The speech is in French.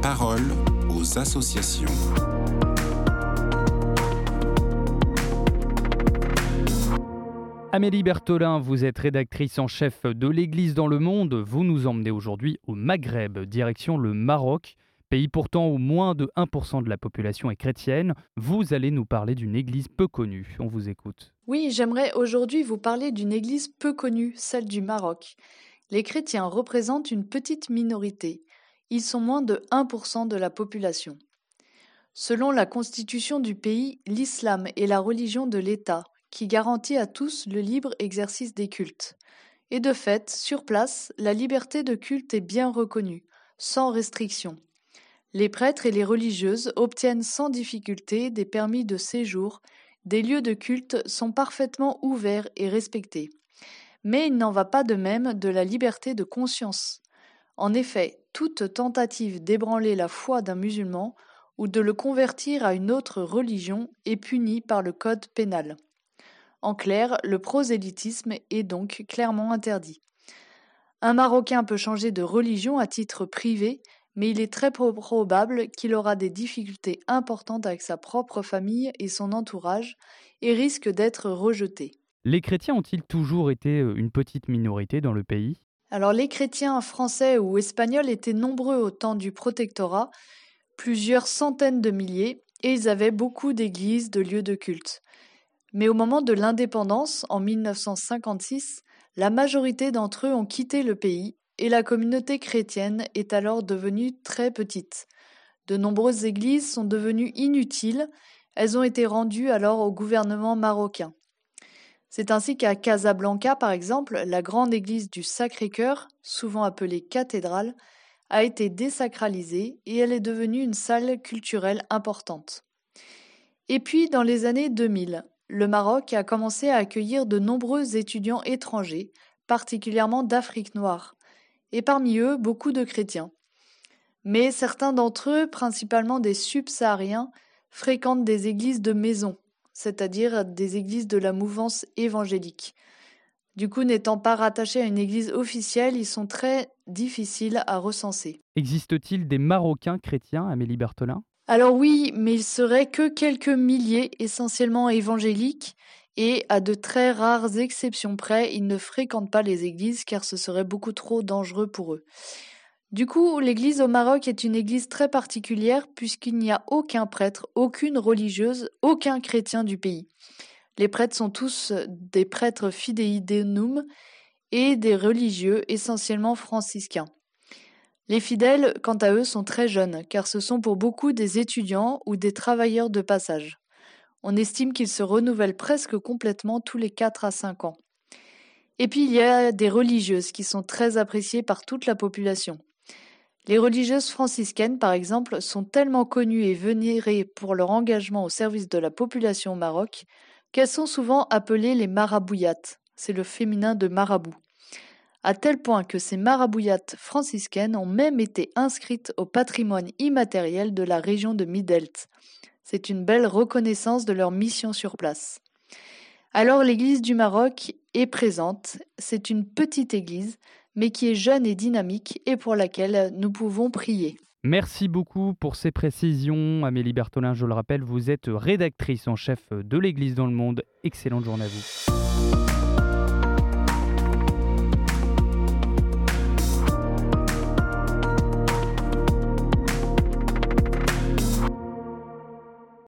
parole aux associations. Amélie Bertholin, vous êtes rédactrice en chef de l'Église dans le monde. Vous nous emmenez aujourd'hui au Maghreb, direction le Maroc, pays pourtant où moins de 1% de la population est chrétienne. Vous allez nous parler d'une église peu connue. On vous écoute. Oui, j'aimerais aujourd'hui vous parler d'une église peu connue, celle du Maroc. Les chrétiens représentent une petite minorité. Ils sont moins de 1% de la population. Selon la constitution du pays, l'islam est la religion de l'État, qui garantit à tous le libre exercice des cultes. Et de fait, sur place, la liberté de culte est bien reconnue, sans restriction. Les prêtres et les religieuses obtiennent sans difficulté des permis de séjour, des lieux de culte sont parfaitement ouverts et respectés. Mais il n'en va pas de même de la liberté de conscience. En effet, toute tentative d'ébranler la foi d'un musulman ou de le convertir à une autre religion est punie par le code pénal. En clair, le prosélytisme est donc clairement interdit. Un Marocain peut changer de religion à titre privé, mais il est très probable qu'il aura des difficultés importantes avec sa propre famille et son entourage et risque d'être rejeté. Les chrétiens ont-ils toujours été une petite minorité dans le pays ? Alors les chrétiens français ou espagnols étaient nombreux au temps du protectorat, plusieurs centaines de milliers, et ils avaient beaucoup d'églises, de lieux de culte. Mais au moment de l'indépendance, en 1956, la majorité d'entre eux ont quitté le pays et la communauté chrétienne est alors devenue très petite. De nombreuses églises sont devenues inutiles, elles ont été rendues alors au gouvernement marocain. C'est ainsi qu'à Casablanca, par exemple, la grande église du Sacré-Cœur, souvent appelée cathédrale, a été désacralisée et elle est devenue une salle culturelle importante. Et puis, dans les années 2000, le Maroc a commencé à accueillir de nombreux étudiants étrangers, particulièrement d'Afrique noire, et parmi eux, beaucoup de chrétiens. Mais certains d'entre eux, principalement des subsahariens, fréquentent des églises de maison, c'est-à-dire des églises de la mouvance évangélique. Du coup, n'étant pas rattachés à une église officielle, ils sont très difficiles à recenser. Existe-t-il des Marocains chrétiens, Amélie Bertholin ? Alors oui, mais il serait que quelques milliers, essentiellement évangéliques, et à de très rares exceptions près, ils ne fréquentent pas les églises car ce serait beaucoup trop dangereux pour eux. Du coup, l'église au Maroc est une église très particulière puisqu'il n'y a aucun prêtre, aucune religieuse, aucun chrétien du pays. Les prêtres sont tous des prêtres fidei Donum et des religieux essentiellement franciscains. Les fidèles, quant à eux, sont très jeunes, car ce sont pour beaucoup des étudiants ou des travailleurs de passage. On estime qu'ils se renouvellent presque complètement tous les 4 à 5 ans. Et puis il y a des religieuses qui sont très appréciées par toute la population. Les religieuses franciscaines, par exemple, sont tellement connues et vénérées pour leur engagement au service de la population au Maroc qu'elles sont souvent appelées les marabouyates. C'est le féminin de marabout. À tel point que ces marabouyates franciscaines ont même été inscrites au patrimoine immatériel de la région de Midelt. C'est une belle reconnaissance de leur mission sur place. Alors l'église du Maroc est présente, c'est une petite église, mais qui est jeune et dynamique et pour laquelle nous pouvons prier. Merci beaucoup pour ces précisions. Amélie Bertholin, je le rappelle, vous êtes rédactrice en chef de l'Église dans le monde. Excellente journée à vous.